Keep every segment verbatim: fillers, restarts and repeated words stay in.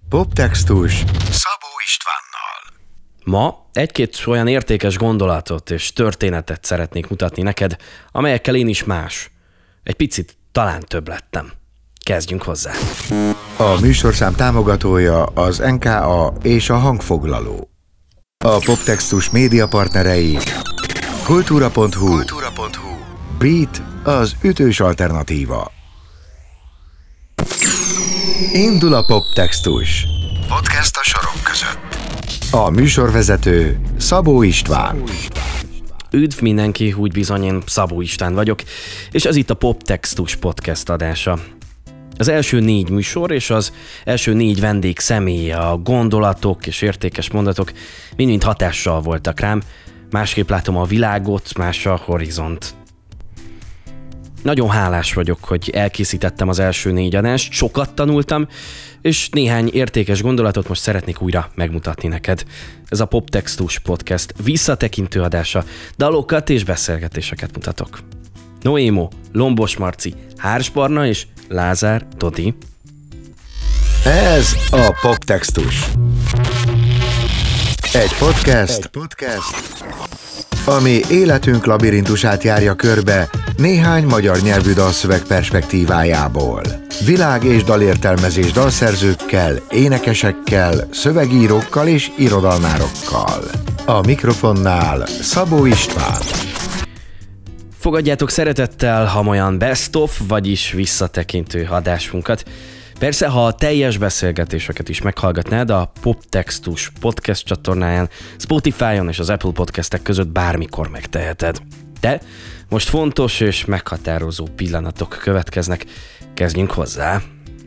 Poptextus Szabó Istvánnal. Ma egy-két olyan értékes gondolatot és történetet szeretnék mutatni neked, amelyekkel én is más. Egy picit talán több lettem. Kezdjünk hozzá. A műsorszám támogatója az en ká á és a Hangfoglaló. A Poptextus média partnerei kultúra pont hu, kultúra pont hu. Beat, az ütős alternatíva. Indul a Poptextus. Podcast a sorok között. A műsorvezető Szabó István. Üdv mindenki, úgy bizony én Szabó István vagyok, és ez itt a Poptextus podcast adása. Az első négy műsor és az első négy vendég személye, a gondolatok és értékes mondatok mind-mind hatással voltak rám. Másképp látom a világot, más a horizont. Nagyon hálás vagyok, hogy elkészítettem az első négy adást, sokat tanultam, és néhány értékes gondolatot most szeretnék újra megmutatni neked. Ez a Poptextus podcast visszatekintő adása, dalokat és beszélgetéseket mutatok. Noémo, Lombos Marci, Hárs Barna és Lázár Dodi. Ez a Poptextus. Egy podcast, Egy podcast, ami életünk labirintusát járja körbe néhány magyar nyelvű dalszöveg perspektívájából. Világ- és dalértelmezés dalszerzőkkel, énekesekkel, szövegírókkal és irodalmárokkal. A mikrofonnál Szabó István. Fogadjátok szeretettel hamolyan best of, vagyis visszatekintő adásunkat. Persze, ha a teljes beszélgetéseket is meghallgatnád a Poptextus podcast csatornáján, Spotify-on és az Apple podcastek között bármikor megteheted. De most fontos és meghatározó pillanatok következnek. Kezdjünk hozzá.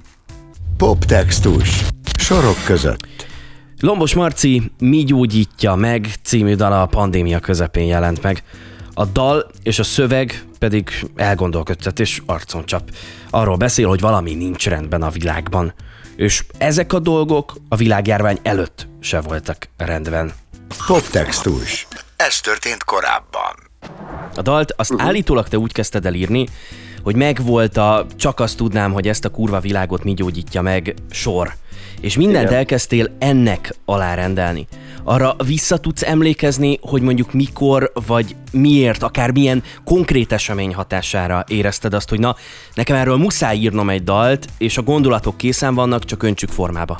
Poptextus. Sorok között. Lombos Marci Mi gyógyítja meg című dala a pandémia közepén jelent meg. A dal és a szöveg pedig elgondolkodtat és arcon csap. Arról beszél, hogy valami nincs rendben a világban. És ezek a dolgok a világjárvány előtt se voltak rendben. Poptextus. Ez történt korábban. A dalt azt uh-huh. állítólag te úgy kezdted el írni, hogy megvolt a csak azt tudnám, hogy ezt a kurva világot mi gyógyítja meg sor. És mindent Igen. elkezdtél ennek alárendelni. Arra vissza tudsz emlékezni, hogy mondjuk mikor, vagy miért, akár milyen konkrét esemény hatására érezted azt, hogy na, nekem erről muszáj írnom egy dalt, és a gondolatok készen vannak, csak öntsük formába.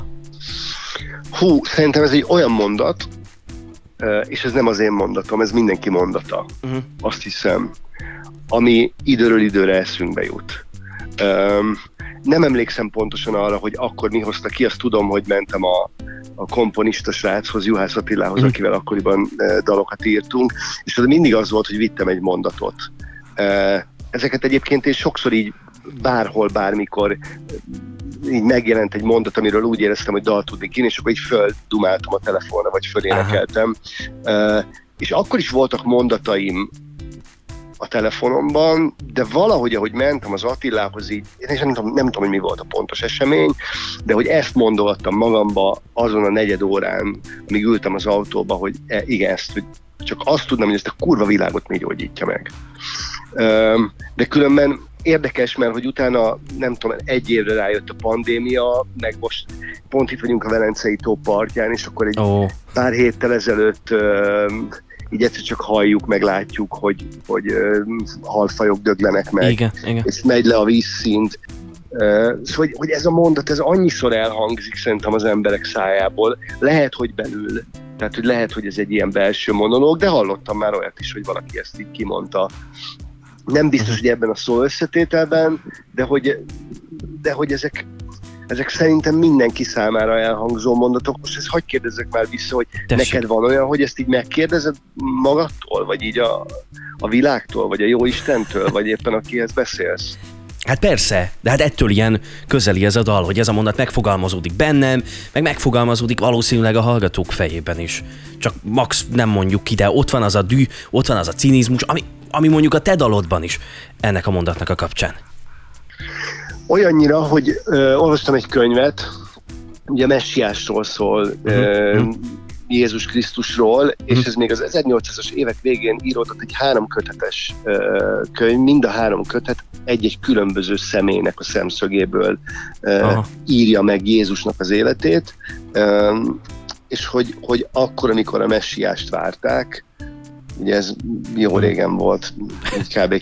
Hú, szerintem ez egy olyan mondat, és ez nem az én mondatom, ez mindenki mondata. Uh-huh. Azt hiszem, ami időről időre eszünkbe jut. Um, nem emlékszem pontosan arra, hogy akkor mi hozta ki, azt tudom, hogy mentem a, a komponista sráchoz, Juhász Attilához, mm. akivel akkoriban e, dalokat írtunk, és az mindig az volt, hogy vittem egy mondatot. E, ezeket egyébként én sokszor így bárhol, bármikor így megjelent egy mondat, amiről úgy éreztem, hogy dalt tudnék írni, és akkor így földumáltam a telefonra, vagy fölénekeltem. E, és akkor is voltak mondataim a telefonomban, de valahogy, ahogy mentem az Attilához így, én nem tudom, nem tudom, hogy mi volt a pontos esemény, de hogy ezt mondogattam magamba azon a negyed órán, amíg ültem az autóba, hogy e, igen, ezt, hogy csak azt tudnám, hogy ezt a kurva világot mi gyógyítja meg. De különben érdekes, mert hogy utána, nem tudom, egy évre rájött a pandémia, meg most pont itt vagyunk a Velencei tó partján, és akkor egy oh. pár héttel ezelőtt így egyszer csak halljuk, meg látjuk, hogy, hogy uh, halfajok döglenek meg, igen, igen. és megy le a vízszint. Uh, szóval, hogy, hogy ez a mondat, ez annyiszor elhangzik szerintem az emberek szájából. Lehet, hogy belül, tehát hogy lehet, hogy ez egy ilyen belső monológ, de hallottam már olyat is, hogy valaki ezt így kimondta. Nem biztos, hogy ebben a szó összetételben, de hogy, de hogy ezek, ezek szerintem mindenki számára elhangzó mondatok. Most ezt hadd kérdezzek már vissza, hogy Tessék. Neked van olyan, hogy ezt így megkérdezed magadtól, vagy így a, a világtól, vagy a jó Istentől, vagy éppen akihez beszélsz? Hát persze, de hát ettől ilyen közeli ez a dal, hogy ez a mondat megfogalmazódik bennem, meg megfogalmazódik valószínűleg a hallgatók fejében is. Csak max nem mondjuk ki, de ott van az a dű, ott van az a cinizmus, ami, ami mondjuk a te dalodban is ennek a mondatnak a kapcsán. Olyannyira, hogy ö, olvastam egy könyvet, ugye a messiásról szól, uh-huh. ö, Jézus Krisztusról, és ez még az ezernyolcszázas évek végén íródott egy három kötetes uh, könyv, mind a három kötet egy-egy különböző személynek a szemszögéből uh, írja meg Jézusnak az életét, um, és hogy, hogy akkor, amikor a messiást várták, ugye ez jó régen volt, kb.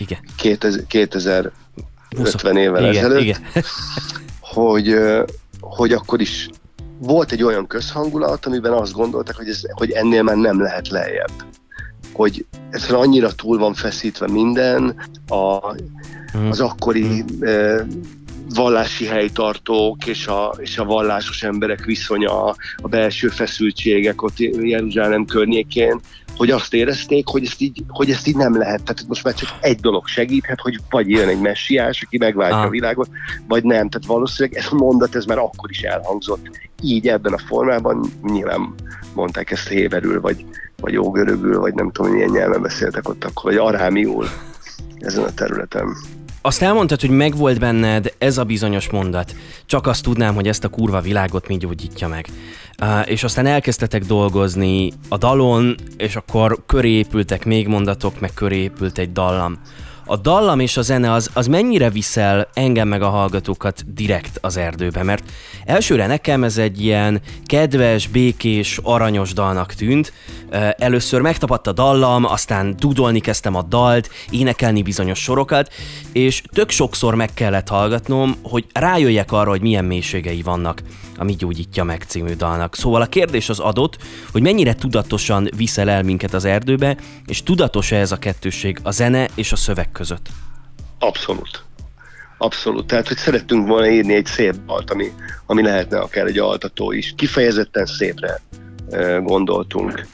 kétezer-ötven évvel igen, ezelőtt, igen. hogy, hogy akkor is volt egy olyan közhangulat, amiben azt gondoltak, hogy, ez, hogy ennél már nem lehet lejjebb. Hogy ez annyira túl van feszítve minden, a, az akkori eh, vallási helytartók és a, és a vallásos emberek viszonya, a belső feszültségek ott Jeruzsálem környékén, hogy azt érezték, hogy ezt, így, hogy ezt így nem lehet. Tehát most már csak egy dolog segíthet, hogy vagy jön egy messiás, aki megváltja ah. a világot, vagy nem. Tehát valószínűleg ez a mondat, ez már akkor is elhangzott. Így ebben a formában nyilván mondták ezt héberül, vagy, vagy ógörögül, vagy nem tudom, milyen nyelven beszéltek ott akkor, vagy arámiul ezen a területen. Azt elmondtad, hogy megvolt benned ez a bizonyos mondat. Csak azt tudnám, hogy ezt a kurva világot mi gyógyítja meg. Uh, és aztán elkezdtetek dolgozni a dalon, és akkor köré épültek még mondatok, meg köré épült egy dallam. A dallam és a zene az, az mennyire viszel engem meg a hallgatókat direkt az erdőbe? Mert elsőre nekem ez egy ilyen kedves, békés, aranyos dalnak tűnt. Először megtapadt a dallam, aztán dudolni kezdtem a dalt, énekelni bizonyos sorokat, és tök sokszor meg kellett hallgatnom, hogy rájöjjek arra, hogy milyen mélységei vannak a Mi gyógyítja meg című dalnak. Szóval a kérdés az adott, hogy mennyire tudatosan viszel el minket az erdőbe, és tudatos-e ez a kettősség a zene és a szöveg között? Abszolút. Abszolút. Tehát, hogy szerettünk volna írni egy szép dalt, ami, ami lehetne akár egy altató is. Kifejezetten szépre gondoltunk.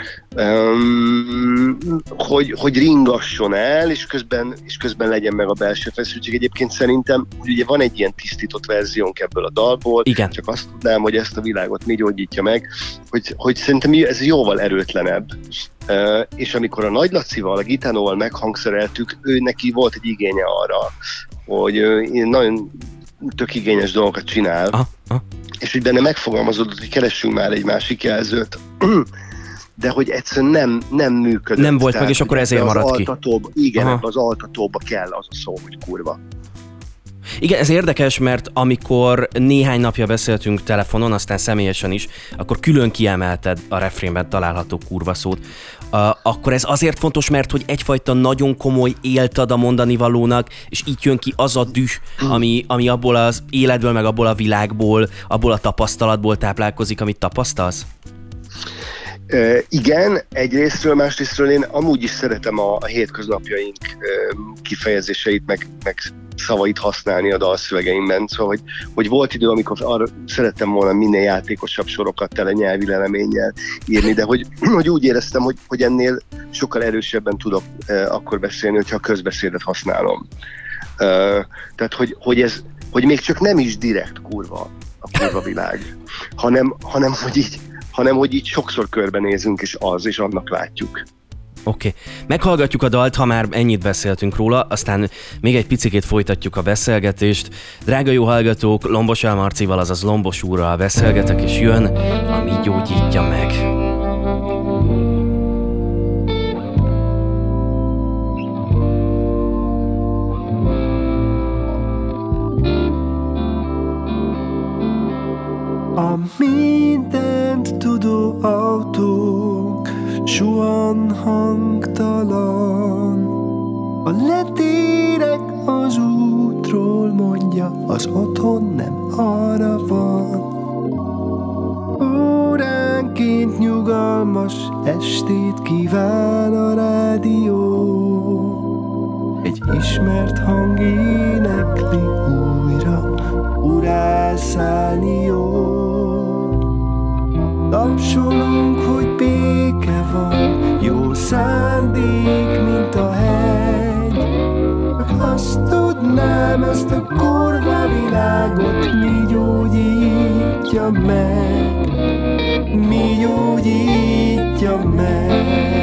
Um, hogy, hogy ringasson el, és közben, és közben legyen meg a belső feszültség. Egyébként szerintem, hogy ugye van egy ilyen tisztított verziónk ebből a dalból, igen. Csak azt tudnám, hogy ezt a világot mi gyógyítja meg, hogy, hogy szerintem ez jóval erőtlenebb. Uh, és amikor a Nagy Lacival, a Gitánóval meghangszereltük, ő neki volt egy igénye arra, hogy uh, nagyon tök igényes dolgokat csinál, aha, aha. És hogy benne megfogalmazódott, hogy keressünk már egy másik jelzőt, de hogy egyszerűen nem, nem működött. Nem volt meg, és akkor ezért maradt ki. Igen, ebbe az altatóba kell az a szó, hogy kurva. Igen, ez érdekes, mert amikor néhány napja beszéltünk telefonon, aztán személyesen is, akkor külön kiemelted a refrénben található kurva szót. Uh, akkor ez azért fontos, mert hogy egyfajta nagyon komoly éltad a mondani valónak, és így jön ki az a düh, ami, ami abból az életből, meg abból a világból, abból a tapasztalatból táplálkozik, amit tapasztalsz? Uh, igen, egyrésztről, másrésztről én amúgy is szeretem a, a hétköznapjaink uh, kifejezéseit, meg, meg szavait használni a dalszövegeimben, szóval, hogy, hogy volt idő, amikor arra szerettem volna minél játékosabb sorokat tele nyelvi leleménnyel írni, de hogy, hogy úgy éreztem, hogy, hogy ennél sokkal erősebben tudok uh, akkor beszélni, hogyha a közbeszédet használom. Uh, tehát, hogy, hogy ez, hogy még csak nem is direkt kurva a kurva világ, hanem, hanem hogy így hanem hogy így sokszor körbenézünk, és az, és annak látjuk. Oké. Okay. Meghallgatjuk a dalt, ha már ennyit beszéltünk róla, aztán még egy picikét folytatjuk a beszélgetést. Drága jó hallgatók, Lombos Elmarcival, azaz Lombos úrral beszélgetek, és jön a Mi gyógyítja meg. A mindent tudó autónk suhan hangtalan. A letérek az útról, mondja, az otthon nem arra van. Óránként nyugalmas estét kíván a rádió. Egy ismert hang énekli újra, urá szállni jó. Tapsolunk, hogy béke van, jó szándék, mint a hegy. Csak azt tudnám, ezt a kurva világot mi gyógyítja meg, mi gyógyítja meg.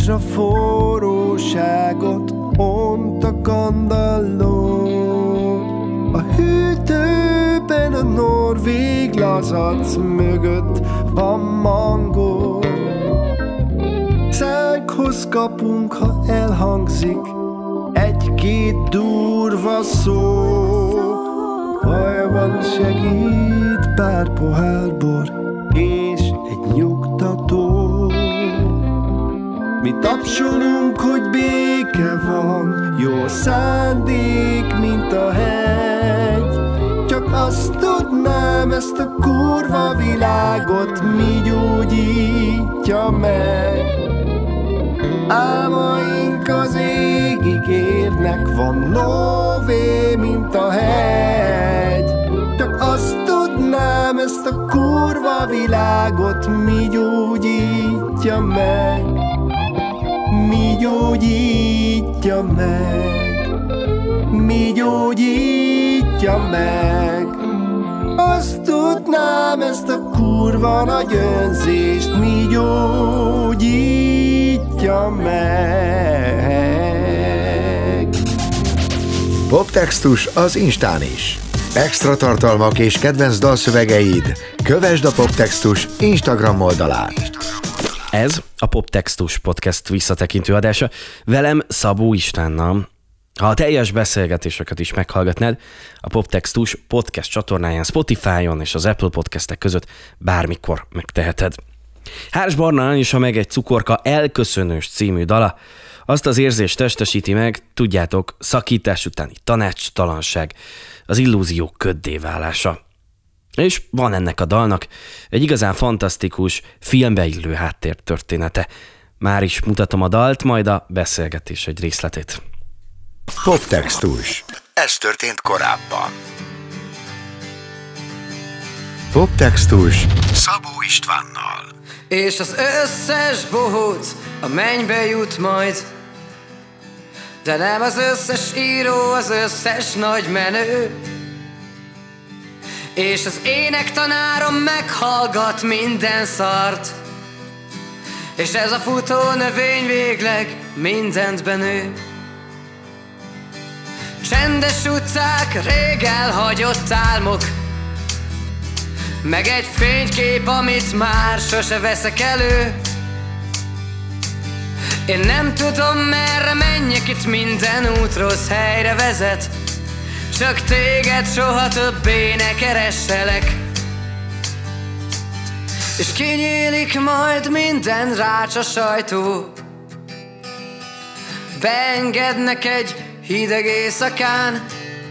és a forróságot ont a kandalló. A hűtőben a norvég lazac mögött van mangó. Szánkhoz kapunk, ha elhangzik egy-két durva szó. Bajban segít pár pohár bor és egy nyugtató. Mi tapsolunk, hogy béke van, jó szándék, mint a hegy. Csak azt tudnám, ezt a kurva világot mi gyógyítja meg. Álmaink az égig érnek, van lóvé, mint a hegy. Csak azt tudnám, ezt a kurva világot mi gyógyítja meg. Mi gyógyítja meg, mi gyógyítja meg. Azt tudnám, ezt a kurva nagy önzést mi gyógyítja meg. Poptextus az Instán is. Extra tartalmak és kedvenc dalszövegeid. Kövesd a Poptextus Instagram oldalát. Ez a Poptextus Podcast visszatekintő adása, velem Szabó Istvánnal. Ha a teljes beszélgetéseket is meghallgatnád, a Poptextus podcast csatornáján, Spotify-on és az Apple Podcastek között bármikor megteheted. Hárs Barna is, ha meg egy cukorka elköszönős című dala, azt az érzést testesíti meg, tudjátok, szakítás utáni tanácstalanság, az illúzió köddé válása. És van ennek a dalnak egy igazán fantasztikus, filmbe illő háttértörténete. Már is mutatom a dalt, majd a beszélgetés egy részletét. Poptextus. Ez történt korábban. Poptextus Szabó Istvánnal. És az összes bohóc a mennybe jut majd, de nem az összes író, az összes nagy menő. És az énektanárom meghallgat minden szart, és ez a futó növény végleg mindent benő. Csendes utcák, rég elhagyott álmok, meg egy fénykép, amit már sose veszek elő. Én nem tudom, merre menjek, itt minden út rossz helyre vezet, csak téged soha többé ne keresselek. És kinyílik majd minden rácsa sajtó, beengednek egy hideg éjszakán,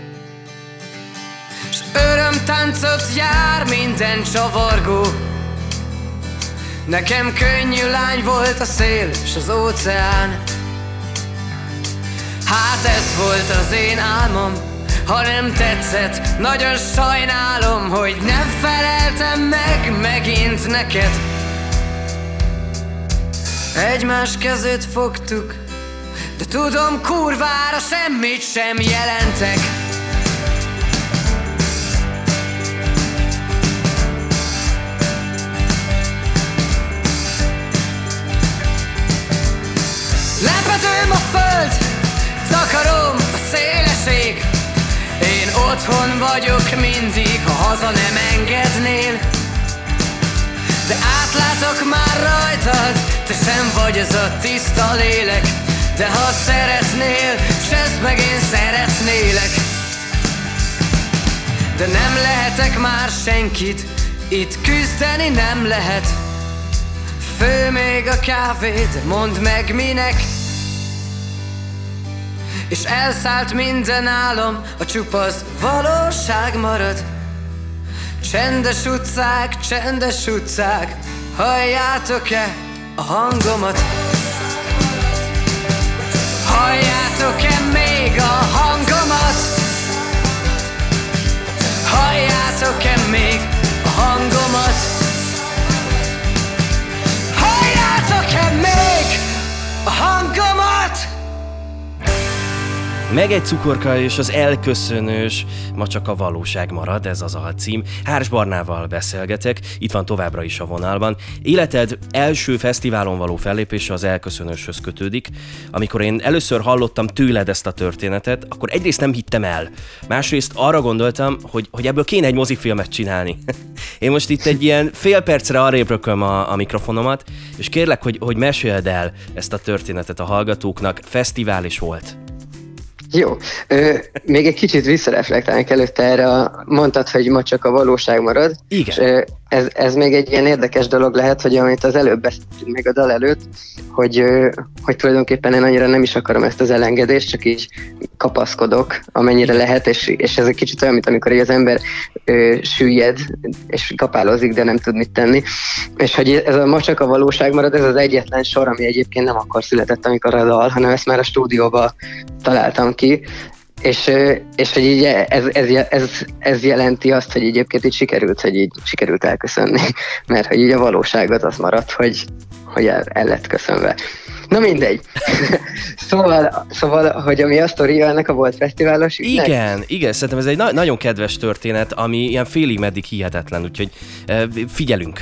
s örömtáncot jár minden csavargó. Nekem könnyű lány volt a szél s az óceán. Hát ez volt az én álmom, ha nem tetszett, nagyon sajnálom, hogy nem feleltem meg megint neked. Egymás kezét fogtuk, de tudom, kurvára semmit sem jelentek. Lepedőm a föld, takarom a széleség. Én otthon vagyok mindig, ha haza nem engednél. De átlátok már rajtad, te sem vagy ez a tiszta lélek. De ha szeretnél, s ezt meg én szeretnélek. De nem lehetek már senkit, itt küzdeni nem lehet. Fő még a kávéd, mondd meg minek. És elszállt minden álom, a csupasz valóság marad. Csendes utcák, csendes utcák, halljátok-e a hangomat? Halljátok-e még a hangomat? Halljátok-e még a hangomat? Halljátok-e még a hangomat? Meg egy cukorka és az elköszönős, ma csak a valóság marad, ez az alcím. Hárs Barnával beszélgetek, itt van továbbra is a vonalban. Életed első fesztiválon való fellépése az elköszönőshöz kötődik. Amikor én először hallottam tőled ezt a történetet, akkor egyrészt nem hittem el. Másrészt arra gondoltam, hogy, hogy ebből kéne egy mozifilmet csinálni. Én most itt egy ilyen fél percre arrébb rököm a, a mikrofonomat, és kérlek, hogy, hogy meséld el ezt a történetet a hallgatóknak. Fesztivál is volt. Jó. Ö, még egy kicsit visszareflektálunk előtte erre, a, mondtad, hogy ma csak a valóság marad. Igen. És, ö, ez, ez még egy ilyen érdekes dolog lehet, hogy amit az előbb beszéltünk még a dal előtt, hogy, ö, hogy tulajdonképpen én annyira nem is akarom ezt az elengedést, csak így kapaszkodok, amennyire lehet, és, és ez egy kicsit olyan, mint amikor az ember ö, süllyed, és kapálozik, de nem tud mit tenni. És hogy ez a ma csak a valóság marad, ez az egyetlen sor, ami egyébként nem akkor született, amikor a dal, hanem ezt már a stúdióba találtam ki, és, és hogy így ez, ez, ez, ez jelenti azt, hogy egyébként így sikerült, hogy így sikerült elköszönni, mert hogy így a valóságot az maradt, hogy, hogy el, el lett köszönve. Na mindegy. szóval, szóval, hogy ami a sztoria ennek a Volt Fesztiválos ügynek? Igen, igen, szerintem ez egy na- nagyon kedves történet, ami ilyen félig meddig hihetetlen, úgyhogy uh, figyelünk.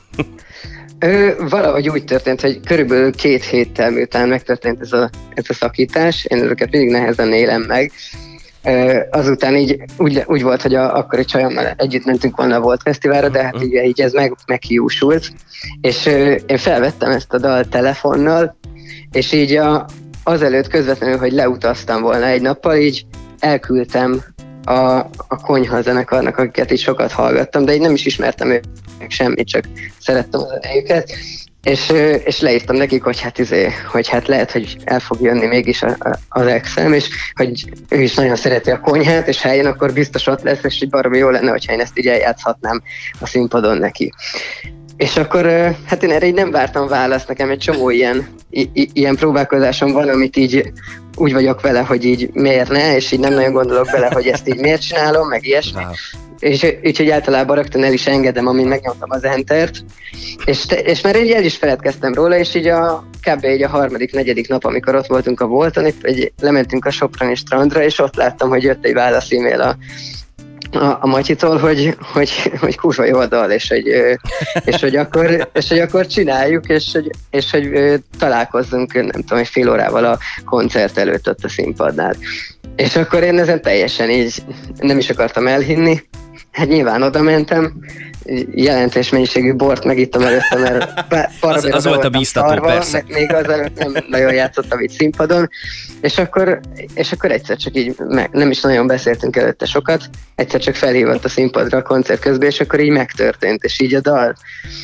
Ö, valahogy úgy történt, hogy körülbelül két héttel miután megtörtént ez a, ez a szakítás, én ezeket mindig nehezen élem meg. Ö, azután így úgy, úgy volt, hogy a, akkor egy csajommal együtt mentünk volna a Volt Fesztiválra, de hát így, így ez meg, meghiúsult, és ö, én felvettem ezt a dal telefonnal, és így a, azelőtt közvetlenül, hogy leutaztam volna egy nappal, így elküldtem a, a Konyha zenekarnak, akiket így sokat hallgattam, de így nem is ismertem őket semmit, csak szerettem az elejüket, és, és leírtam nekik, hogy hát izé, hogy hát lehet, hogy el fog jönni mégis a, a, az exem, és hogy ő is nagyon szereti a Konyhát, és ha eljön, akkor biztos ott lesz, és így baromi jó lenne, hogyha én ezt így eljátszhatnám a színpadon neki. És akkor hát én erre így nem vártam választ, nekem egy csomó ilyen, i- i- ilyen próbálkozásom van, amit így úgy vagyok vele, hogy így miért ne, és így nem nagyon gondolok bele, hogy ezt így miért csinálom, meg ilyesmi. Wow. És úgyhogy általában rögtön el is engedem, amin megnyomtam az Entert, és, te, és már így el is feledkeztem róla, és így a kb. Így a harmadik, negyedik nap, amikor ott voltunk a Volton, itt egy, lementünk a Soproni strandra, és ott láttam, hogy jött egy válasz e-mail a a, a Matyitól, hogy, hogy, hogy kurva jó a dal, és hogy, és hogy, akkor, és hogy akkor csináljuk, és hogy, és hogy találkozzunk, nem tudom, egy fél órával a koncert előtt ott a színpadnál. És akkor én ezen teljesen így nem is akartam elhinni. Hát nyilván oda mentem, jelentős mennyiségű bort megittam előtte, mert az, az volt a bíztató, szarva, persze. Még azelőtt nem nagyon játszottam itt színpadon, és akkor, és akkor egyszer csak így, meg, nem is nagyon beszéltünk előtte sokat, egyszer csak felhívott a színpadra a koncert közben, és akkor így megtörtént, és így a dal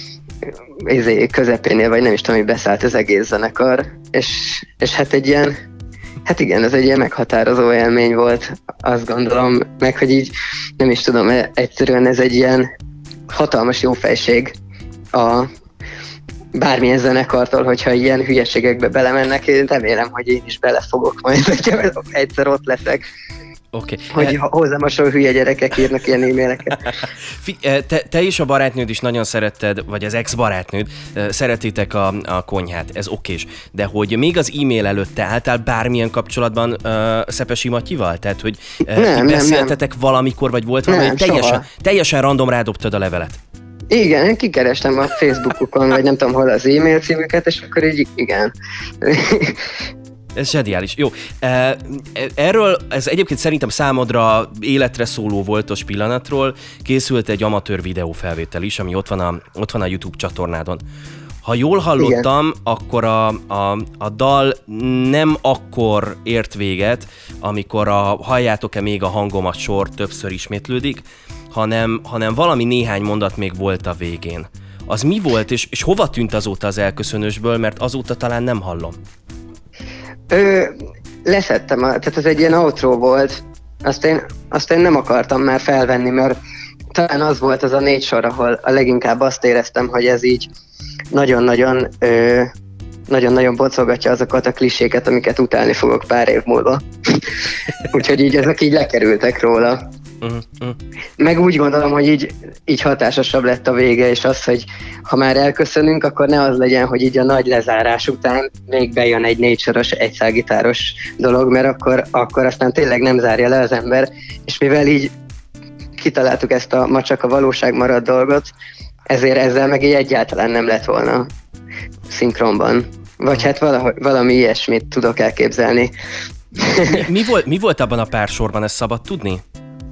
közepénél, vagy nem is tudom, hogy beszállt az egész zenekar, és, és hát egy ilyen, hát igen, ez egy ilyen meghatározó élmény volt, azt gondolom, meg hogy így nem is tudom, egyszerűen ez egy ilyen hatalmas jófejség a bármilyen zenekartól, hogyha ilyen hülyeségekbe belemennek, én remélem, hogy én is belefogok majd, hogyha egyszer ott leszek. Okay. Hogy hozzám hasonló hülye gyerekek írnak ilyen e-maileket. Te, te és a barátnőd is nagyon szeretted, vagy az ex-barátnőd, szeretitek a, a Konyhát, ez okés. De hogy még az e-mail előtt te álltál bármilyen kapcsolatban uh, Szepesi Matyival? Tehát, hogy uh, nem, beszéltetek nem, valamikor, vagy volt valami, teljesen, teljesen random rádobtad a levelet? Igen, én kikerestem a Facebookukon, vagy nem tudom hol az e-mail címüket, és akkor így igen. Ez zseniális. Jó. Erről, ez egyébként szerintem számodra életre szóló voltos pillanatról készült egy amatőr videófelvétel is, ami ott van a, ott van a YouTube csatornádon. Ha jól hallottam, igen, akkor a, a, a dal nem akkor ért véget, amikor a halljátok-e még a hangomat sor többször ismétlődik, hanem, hanem valami néhány mondat még volt a végén. Az mi volt, és, és hova tűnt azóta az elköszönősből, mert azóta talán nem hallom. Ö, leszettem, tehát ez egy ilyen outro volt, azt én, azt én nem akartam már felvenni, mert talán az volt az a négy sor, ahol a leginkább azt éreztem, hogy ez így nagyon-nagyon ö, nagyon-nagyon bocolgatja azokat a kliséket, amiket utálni fogok pár év múlva. Úgyhogy így ezek így lekerültek róla. uh, uh. Meg úgy gondolom, hogy így, így hatásosabb lett a vége, és az, hogy ha már elköszönünk, akkor ne az legyen, hogy így a nagy lezárás után még bejön egy négy soros, egy szálgitáros dolog, mert akkor, akkor aztán tényleg nem zárja le az ember, és mivel így kitaláltuk ezt a ma csak a valóság marad dolgot, ezért ezzel meg így egyáltalán nem lett volna szinkronban. Vagy hát valahogy, valami ilyesmit tudok elképzelni. Mi, mi, volt, mi volt abban a pár sorban, ezt szabad tudni?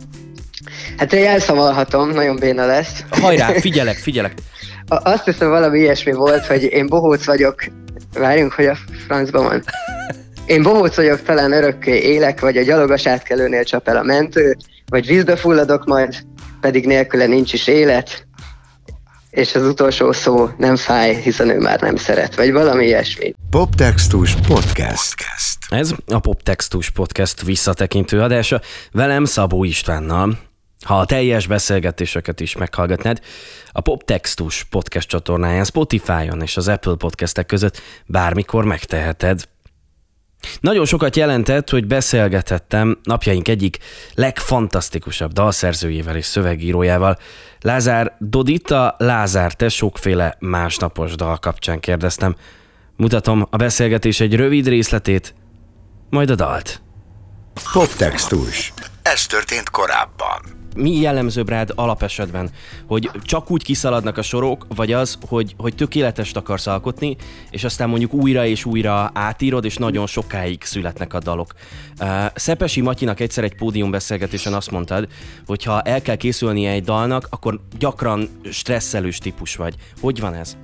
Hát én elszavalhatom, nagyon béna lesz. Hajrá, figyelek, figyelek. Azt hiszem, valami ilyesmi volt, hogy én bohóc vagyok, várjunk, hogy a francban van. Én bohóc vagyok, talán örökké élek, vagy a gyalogos átkelőnél csap el a mentő, vagy vízbe fulladok majd, pedig nélküle nincs is élet, és az utolsó szó nem fáj, hiszen ő már nem szeret, vagy valami ilyesmi. Poptextus Podcast. Ez a Poptextus Podcast visszatekintő adása, velem Szabó Istvánnal. Ha a teljes beszélgetéseket is meghallgatnád, a Poptextus Podcast csatornáján, Spotify-on és az Apple Podcastek között bármikor megteheted. Nagyon sokat jelentett, hogy beszélgethettem napjaink egyik legfantasztikusabb dalszerzőjével és szövegírójával. Lázár Dodita, Lázár, te sokféle másnapos dal kapcsán kérdeztem. Mutatom a beszélgetés egy rövid részletét, majd a dalt. Poptextus. Ez történt korábban. Mi jellemzőbb rád alapesetben? Hogy csak úgy kiszaladnak a sorok, vagy az, hogy, hogy tökéletest akarsz alkotni, és aztán mondjuk újra és újra átírod, és nagyon sokáig születnek a dalok. Uh, Szepesi Matyinak egyszer egy pódiumbeszélgetésen azt mondtad, hogy ha el kell készülnie egy dalnak, akkor gyakran stresszelős típus vagy. Hogy van ez?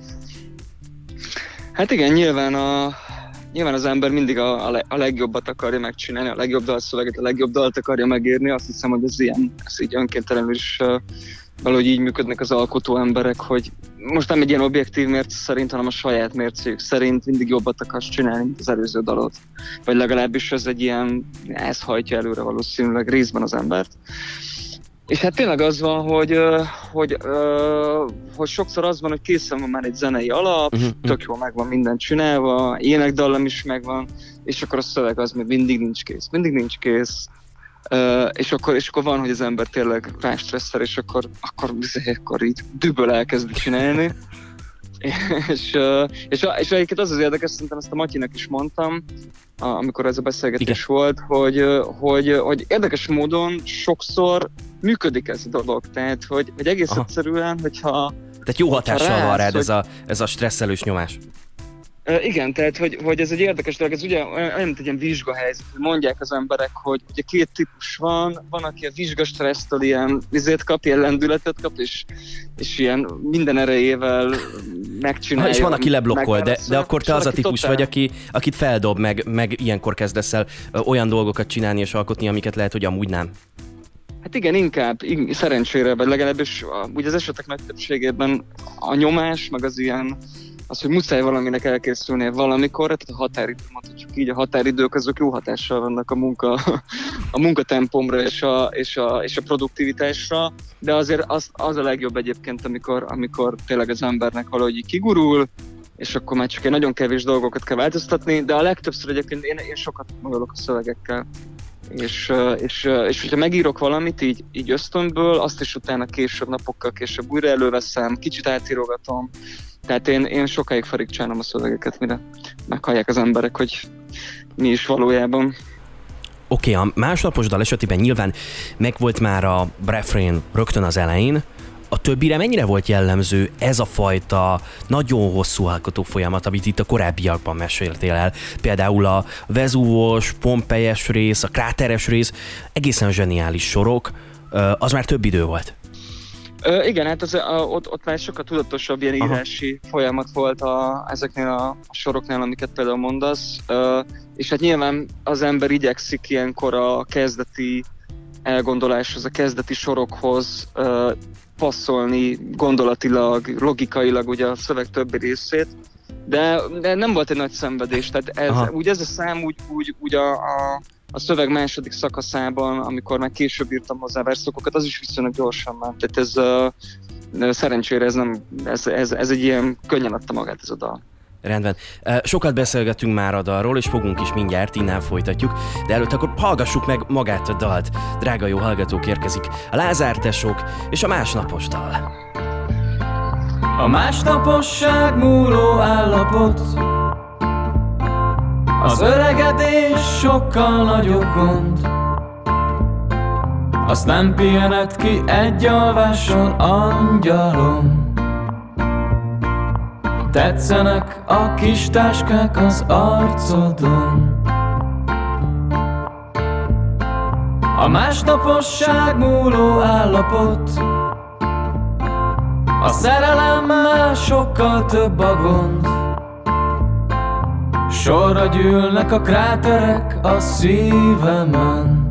Hát igen, nyilván a... Nyilván az ember mindig a, a legjobbat akarja megcsinálni, a legjobb dalszöveget, a legjobb dalt akarja megírni. Azt hiszem, hogy ez ilyen, ez így önkéntelenül is uh, valahogy így működnek az alkotó emberek, hogy most nem egy ilyen objektív mérce szerint, hanem a saját mércéjük szerint mindig jobbat akarsz csinálni, mint az előző dalot. Vagy legalábbis ez egy ilyen, ez hajtja előre valószínűleg részben az embert. És hát tényleg az van, hogy, hogy, hogy sokszor az van, hogy készen van már egy zenei alap, uh-huh. tök jól megvan minden csinálva, énekdallam is megvan, és akkor a szöveg az még mindig nincs kész, mindig nincs kész. És akkor, és akkor van, hogy az ember tényleg rástresszel, és akkor, akkor, akkor így düböl elkezd csinálni. és, és, és egyébként az az érdekes, szerintem ezt a Matyinak is mondtam, amikor ez a beszélgetés Igen. volt, hogy, hogy, hogy érdekes módon sokszor működik ez a dolog, tehát hogy, hogy egész Aha. egyszerűen, hogyha... Tehát jó hatással van rád hogy... ez, a, ez a stresszelős nyomás. Uh, igen, tehát hogy, hogy ez egy érdekes dolog, ez ugye olyan, mint egy ilyen vizsgahelyzet, hogy mondják az emberek, hogy ugye két típus van, van, aki a vizsgastressztől ilyen vizét kap, ilyen lendületet kap, és, és ilyen minden erejével megcsinálja. Ha, és van, aki leblokkol, de, de akkor te az a típus totál... vagy, aki, akit felddob, meg, meg ilyenkor kezdesz el olyan dolgokat csinálni és alkotni, amiket lehet, hogy amúgy nem. Hát igen, inkább, szerencsére, vagy legalábbis ugye az esetek nagy többségében a nyomás, meg az ilyen, az, hogy muszáj valaminek elkészülnie valamikor, tehát a határidő, mondhatjuk így, a határidők azok jó hatással vannak a munka, a munkatempomra és a, és, a, és a produktivitásra, de azért az, az a legjobb egyébként, amikor, amikor tényleg az embernek valahogy kigurul, és akkor már csak egy nagyon kevés dolgokat kell változtatni, de a legtöbbször egyébként én, én sokat magolok a szövegekkel. És, és, és hogyha megírok valamit így, így ösztönből, azt is utána később, napokkal később újra előveszem, kicsit átírogatom. Tehát én, én sokáig farigcsálom a szövegeket, mire meghallják az emberek, hogy mi is valójában. Oké, okay, a másnapos dal esetében nyilván megvolt már a refrén rögtön az elején. A többire mennyire volt jellemző ez a fajta nagyon hosszú alkotó folyamat, amit itt a korábbiakban meséltél el? Például a Vezúvos, Pompelyes rész, a Kráteres rész, egészen zseniális sorok, az már több idő volt. Ö, igen, hát az, a, ott, ott már sokkal tudatosabb ilyen Aha. írási folyamat volt a, ezeknél a, a soroknál, amiket például mondasz, Ö, és hát nyilván az ember igyekszik ilyenkor a kezdeti elgondoláshoz, a kezdeti sorokhoz ö, passzolni gondolatilag, logikailag ugye a szöveg többi részét, de, de nem volt egy nagy szenvedés, tehát ez, úgy ez a szám úgy, úgy, úgy a, a, a szöveg második szakaszában, amikor már később írtam hozzá versszakokat, az is viszonylag gyorsan ment, tehát ez uh, szerencsére ez, nem, ez, ez, ez egy ilyen könnyen adta magát ez a dal. Rendben. Sokat beszélgetünk már a dalról, és fogunk is mindjárt, innen folytatjuk, de előtt akkor hallgassuk meg magát a dalt. Drága jó hallgatók, érkezik a Lázár tesók és a másnapos dal. A másnaposság múló állapot, az öregedés sokkal nagyobb gond. Azt nem pihened ki egy alváson, angyalom. Tetszenek a kis táskák az arcodon. A másnaposság múló állapot, a szerelemmel sokkal több a gond. Sorra gyűlnek a kráterek a szívemen.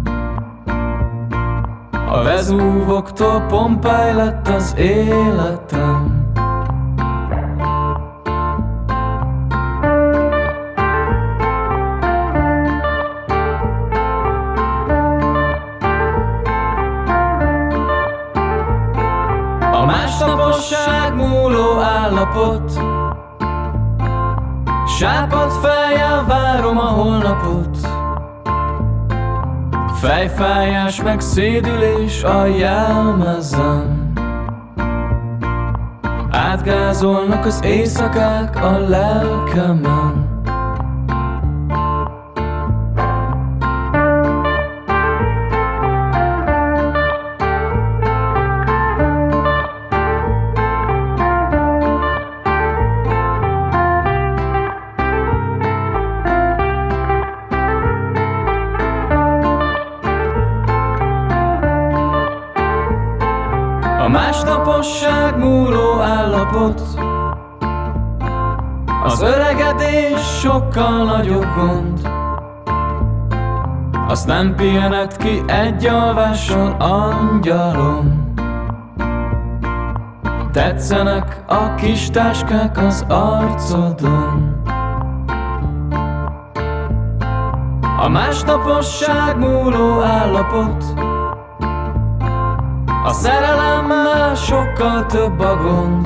A Vezúvoktól Pompály lett az életem. A másnaposság múló állapot, sápadt fejjel várom a holnapot. Fejfájás meg szédülés a jelmezem. Átgázolnak az éjszakák a lelkemen. A másnaposság múló állapot, az öregedés sokkal nagyobb gond. Azt nem pihened ki egy alváson, angyalom. Tetszenek a kis táskák az arcodon. A másnaposság múló állapot, a szerelemmel sokkal több a gond.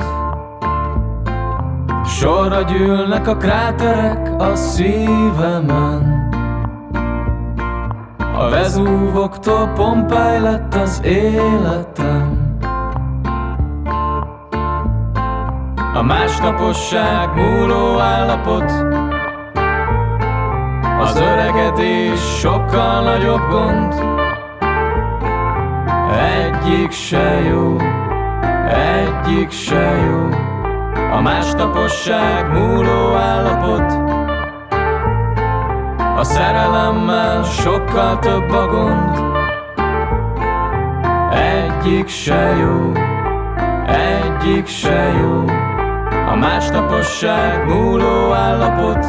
Sorra gyűlnek a kráterek a szívemen. A Vezúvoktól Pompály lett az életem. A másnaposság múló állapot, az öregedés sokkal nagyobb gond. Egyik se jó, egyik se jó. A másnaposság múló állapot, a szerelemmel sokkal több a gond. Egyik se jó, egyik se jó. A másnaposság múló állapot.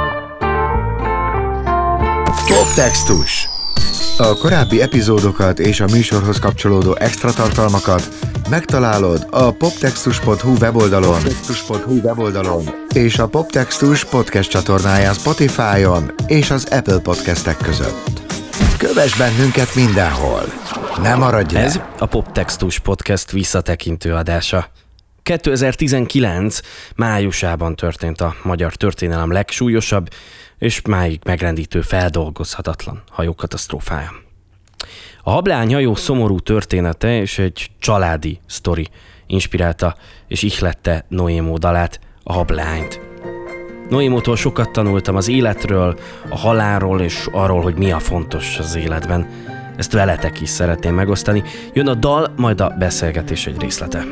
Poptextus. A korábbi epizódokat és a műsorhoz kapcsolódó extra tartalmakat megtalálod a poptextus pont hu weboldalon, poptextus pont hu weboldalon és a Poptextus podcast csatornáján Spotify-on és az Apple podcastek között. Kövess bennünket mindenhol! Ne maradj le! Ez a Poptextus podcast visszatekintő adása. kétezer-tizenkilenc májusában történt a magyar történelem legsúlyosabb és máig megrendítő, feldolgozhatatlan hajókatasztrófája. A Hableány hajó szomorú története és egy családi sztori inspirálta és ihlette Noémó dalát, a Hableányt. Noémótól sokat tanultam az életről, a halálról és arról, hogy mi a fontos az életben. Ezt veletek is szeretném megosztani. Jön a dal, majd a beszélgetés egy részlete.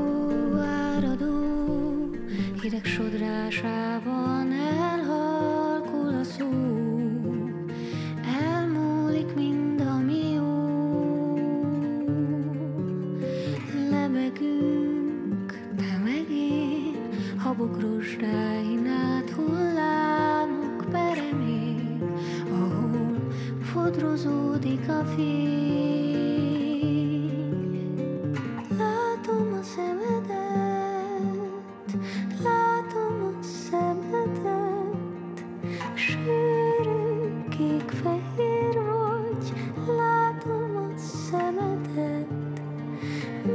Hideg sodrásában elhalkul a szó, elmúlik mind, ami jó. Lebegünk, te meg én, habok rozsdáin át hullámok peremén, ahol fodrozódik a fény. Látom a szemedet, látom a szemedet, sűrű, kék-fehér vagy, látom a szemedet.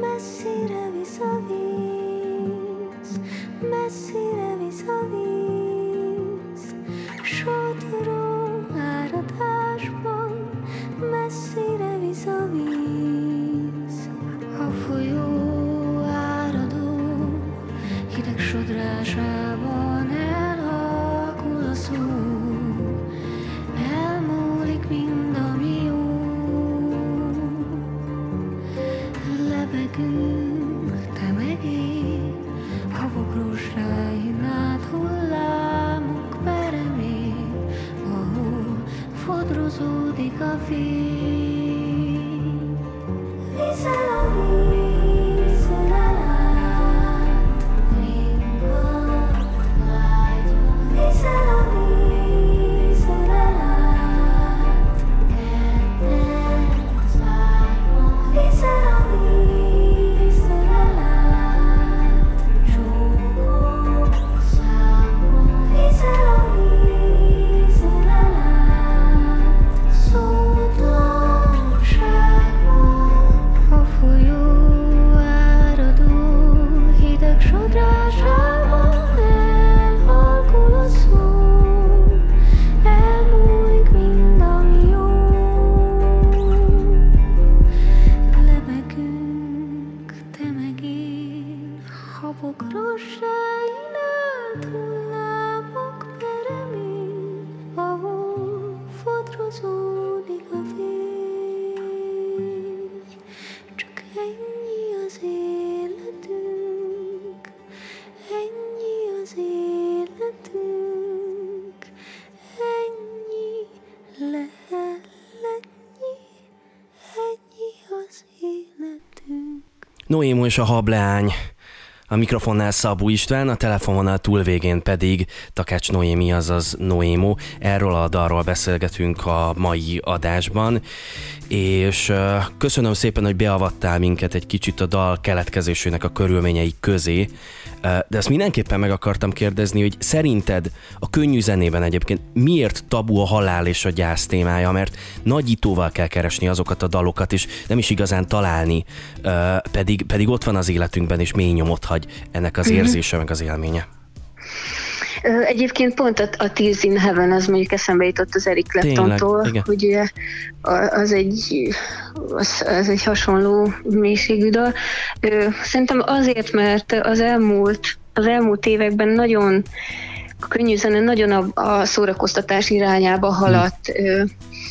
Messzire visz a víz, messzire visz a víz. csodrásában elhalkul a szó, elmúlik mind, ami jó. Lebegünk, te meg én, havok rózsáin át hullámok peremén, ahol fodrozódik a fény. Viszel a vízzel át, minkat lágyban. Viszel a vízzel át, ketten szájban. Viszel a vízzel át, csókok számban. Viszel a vízzel át, szótlanságban. A folyó áradó hideg sodrásában elhalkul a szó, elmúlik mind, ami jó. Lebegünk, te meg én, habok rossáin át hullámok peremén, ahol fodrozódik a fény. Csak ennyi az életünk, ennyi az életünk, ennyi lehet, ennyi, ennyi az életünk. Noémo és a hableány. A mikrofonnál Szabó István, a telefonvonal túlvégén pedig Takács Noémi, azaz Noémo. Erről a dalról beszélgetünk a mai adásban, és uh, köszönöm szépen, hogy beavattál minket egy kicsit a dal keletkezésének a körülményei közé, uh, de ezt mindenképpen meg akartam kérdezni, hogy szerinted a könnyű zenében egyébként miért tabu a halál és a gyász témája, mert nagyítóval kell keresni azokat a dalokat, és nem is igazán találni, uh, pedig, pedig ott van az életünkben, és mély nyomot hagy ennek az érzése, meg az élménye. Egyébként pont a, a Tears in Heaven, az mondjuk eszembe jutott az Eric Claptontól, hogy ugye az egy, az, az egy hasonló mélységű dal. Szerintem azért, mert az elmúlt, az elmúlt években nagyon a könnyű zene nagyon a, a szórakoztatás irányába haladt, hmm.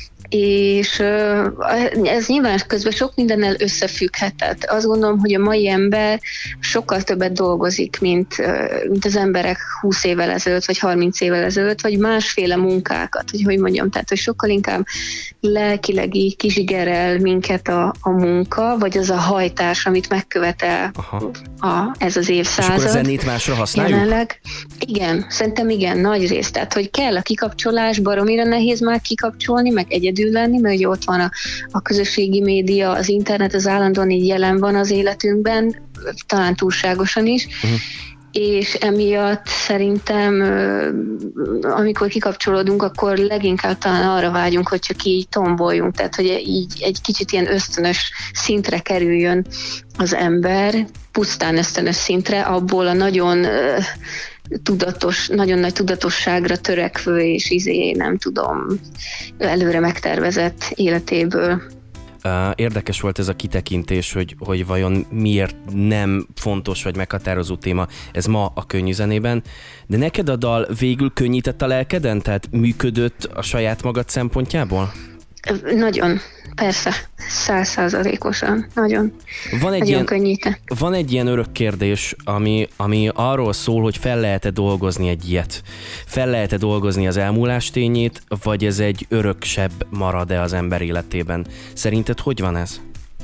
és ez nyilván közben sok mindennel összefügghet. Tehát azt gondolom, hogy a mai ember sokkal többet dolgozik, mint, mint az emberek húsz évvel ezelőtt, vagy harminc évvel ezelőtt, vagy másféle munkákat, hogy hogy mondjam, tehát hogy sokkal inkább lelkileg így kizsigerel minket a, a munka, vagy az a hajtás, amit megkövetel a, ez az évszázad. És akkor a zenét másra használjuk? Jelenleg. Igen, szerintem igen, nagy rész. Tehát, hogy kell a kikapcsolás, baromira nehéz már kikapcsolni, meg egyedül lenni, mert ugye ott van a, a közösségi média, az internet, az állandóan így jelen van az életünkben, talán túlságosan is, uh-huh. és emiatt szerintem, amikor kikapcsolódunk, akkor leginkább talán arra vágyunk, hogy csak így tomboljunk, tehát hogy így egy kicsit ilyen ösztönös szintre kerüljön az ember, pusztán ösztönös szintre, abból a nagyon tudatos, nagyon nagy tudatosságra törekvő és izé, nem tudom, előre megtervezett életéből. Érdekes volt ez a kitekintés, hogy, hogy vajon miért nem fontos vagy meghatározó téma ez ma a könnyű zenében, de neked a dal végül könnyített a lelkeden? Tehát működött a saját magad szempontjából? Nagyon, persze, száz százalékosan, nagyon, van egy nagyon ilyen, könnyített. Van egy ilyen örök kérdés, ami, ami arról szól, hogy fel lehet-e dolgozni egy ilyet? Fel lehet-e dolgozni az elmúlás tényét, vagy ez egy örök sebb marad-e az ember életében? Szerinted hogy van ez?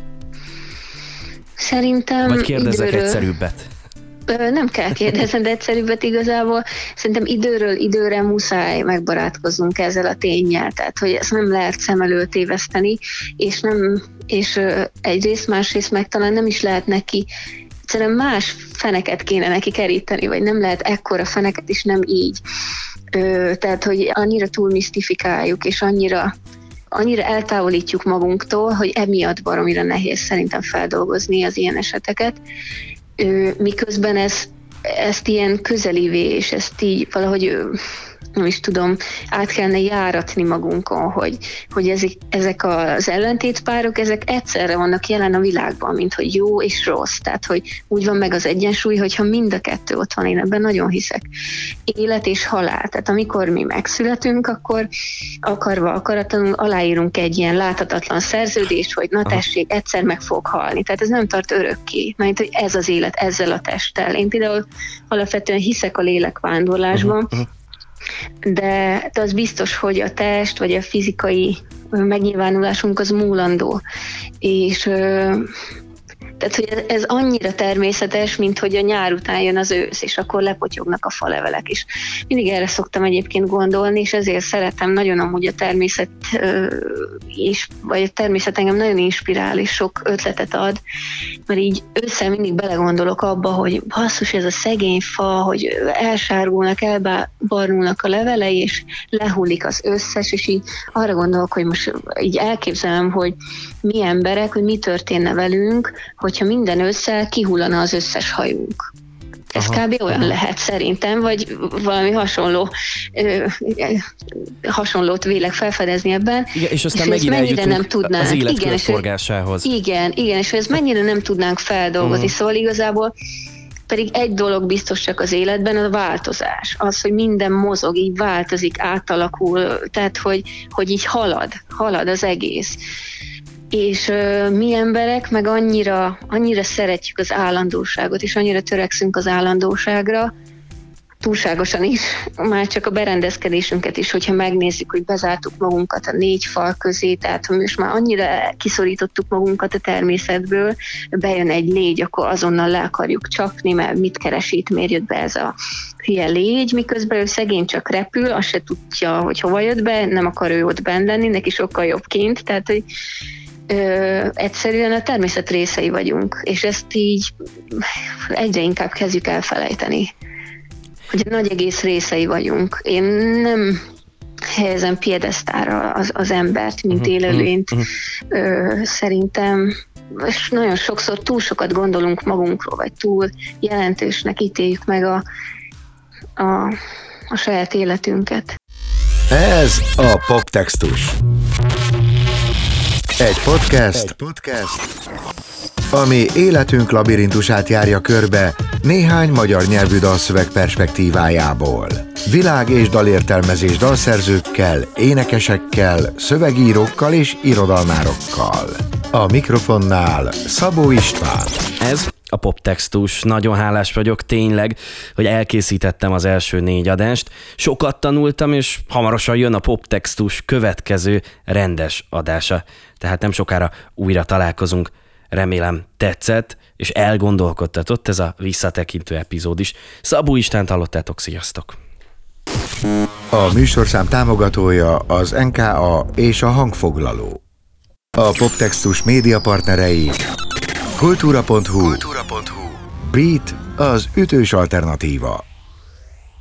Szerintem Vagy kérdezzek időről... egyszerűbbet? Nem kell kérdezni, de egyszerűbbet igazából. Szerintem időről időre muszáj megbarátkoznunk ezzel a ténnyel, tehát hogy ezt nem lehet szem előtt téveszteni, és, nem, és egyrészt, másrészt meg talán nem is lehet neki, egyszerűen más feneket kéne neki keríteni, vagy nem lehet ekkora feneket is nem így. Tehát, hogy annyira túl misztifikáljuk, és annyira annyira eltávolítjuk magunktól, hogy emiatt baromira nehéz szerintem feldolgozni az ilyen eseteket. Miközben ez, ezt ilyen közelivé, és ezt így valahogy nem is tudom, át kellene járatni magunkon, hogy, hogy ezek, ezek az ellentétpárok, ezek egyszerre vannak jelen a világban, mint hogy jó és rossz. Tehát, hogy úgy van meg az egyensúly, hogyha mind a kettő ott van, én ebben nagyon hiszek. Élet és halál. Tehát amikor mi megszületünk, akkor akarva, akaratlanul aláírunk egy ilyen láthatatlan szerződést, hogy na tessék, egyszer meg fog halni. Tehát ez nem tart örökké. Mert hogy ez az élet ezzel a testtel. Én például alapvetően hiszek a lélekvándorlásban, uh-huh. De, de az biztos, hogy a test vagy a fizikai megnyilvánulásunk az múlandó. És tehát, hogy ez annyira természetes, mint hogy a nyár után jön az ősz, és akkor lepotyognak a falevelek is. Mindig erre szoktam egyébként gondolni, és ezért szeretem nagyon amúgy a természet, és, vagy a természet engem nagyon inspirál, és sok ötletet ad, mert így össze mindig belegondolok abba, hogy basszus, ez a szegény fa, hogy elsárgulnak, elbarnulnak a levelei, és lehullik az összes, és így arra gondolok, hogy most így elképzelem, hogy mi emberek, hogy mi történne velünk, hogyha minden ősszel kihullana az összes hajunk. Ez aha, kb. Olyan aha. lehet szerintem, vagy valami hasonló ö, hasonlót vélek felfedezni ebben. Igen, és aztán és megint mennyire nem tudnánk, az élet igen, körforgásához. Igen, igen, és ez mennyire nem tudnánk feldolgozni. Uh-huh. Szóval igazából pedig egy dolog biztos csak az életben, a változás. Az, hogy minden mozog, így változik, átalakul, tehát hogy, hogy így halad, halad az egész. És uh, mi emberek meg annyira, annyira szeretjük az állandóságot, és annyira törekszünk az állandóságra, túlságosan is, már csak a berendezkedésünket is, hogyha megnézzük, hogy bezártuk magunkat a négy fal közé, tehát hogy most már annyira kiszorítottuk magunkat a természetből, bejön egy légy, akkor azonnal le akarjuk csapni, mert mit keres itt, miért jött be ez a hülye légy, miközben ő szegény csak repül, azt se tudja, hogy hova jött be, nem akar ő ott benn lenni, neki sokkal jobb kint, tehát hogy Ö, egyszerűen a természet részei vagyunk, és ezt így egyre inkább kezdjük elfelejteni, hogy a nagy egész részei vagyunk. Én nem helyezem piedesztára az, az embert, mint élőlényt. Ö, szerintem és nagyon sokszor túl sokat gondolunk magunkról, vagy túl jelentősnek ítéljük meg a, a, a saját életünket. Ez a Poptextus. Egy podcast, Egy podcast, ami életünk labirintusát járja körbe néhány magyar nyelvű dalszöveg perspektívájából. Világ- és dalértelmezés dalszerzőkkel, énekesekkel, szövegírókkal és irodalmárokkal. A mikrofonnál Szabó István. Ez a Poptextus. Nagyon hálás vagyok tényleg, hogy elkészítettem az első négy adást. Sokat tanultam, és hamarosan jön a Poptextus következő rendes adása. Tehát nem sokára újra találkozunk. Remélem tetszett, és elgondolkodtatott ez a visszatekintő epizód is. Szabó Istvánt hallottátok, sziasztok! A műsorszám támogatója az en ká á és a Hangfoglaló. A Poptextus média partnerei kultúra pont hu, Beat az ütős alternatíva.